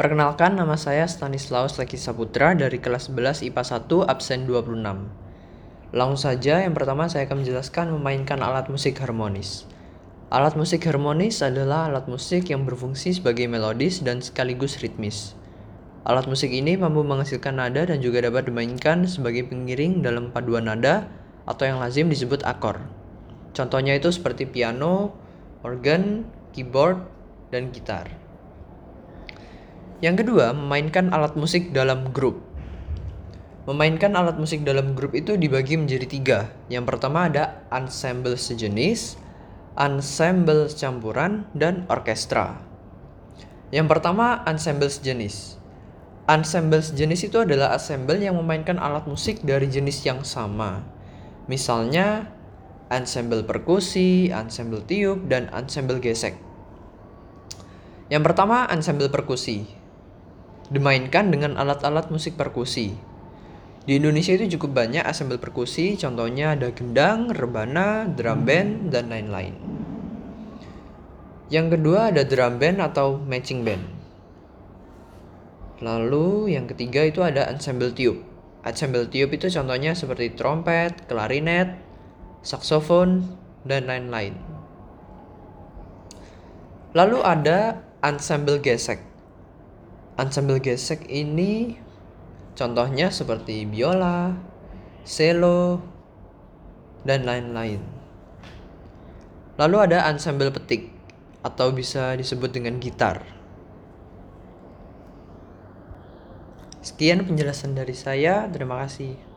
Perkenalkan, nama saya Stanislaus Leki Saputra dari kelas 11 IPA 1 absen 26. Langsung saja, yang pertama saya akan menjelaskan memainkan alat musik harmonis. Alat musik harmonis adalah alat musik yang berfungsi sebagai melodis dan sekaligus ritmis. Alat musik ini mampu menghasilkan nada dan juga dapat dimainkan sebagai pengiring dalam paduan nada atau yang lazim disebut akor. Contohnya itu seperti piano, organ, keyboard, dan gitar. Yang kedua, memainkan alat musik dalam grup. Memainkan alat musik dalam grup itu dibagi menjadi 3. Yang pertama ada ensemble sejenis, ensemble campuran, dan orkestra. Yang pertama, ensemble sejenis. Ensemble sejenis itu adalah ensemble yang memainkan alat musik dari jenis yang sama. Misalnya, ensemble perkusi, ensemble tiup, dan ensemble gesek. Yang pertama, ensemble perkusi. Dimainkan dengan alat-alat musik perkusi. Di Indonesia itu cukup banyak ensemble perkusi, contohnya ada gendang, rebana, drum band, dan lain-lain. Yang kedua ada drum band atau marching band. Lalu yang ketiga itu ada ensemble tiup. Ensemble tiup itu contohnya seperti trompet, klarinet, saksofon, dan lain-lain. Lalu ada ensemble gesek. Ensemble gesek ini contohnya seperti biola, cello, dan lain-lain. Lalu ada ensemble petik atau bisa disebut dengan gitar. Sekian penjelasan dari saya, terima kasih.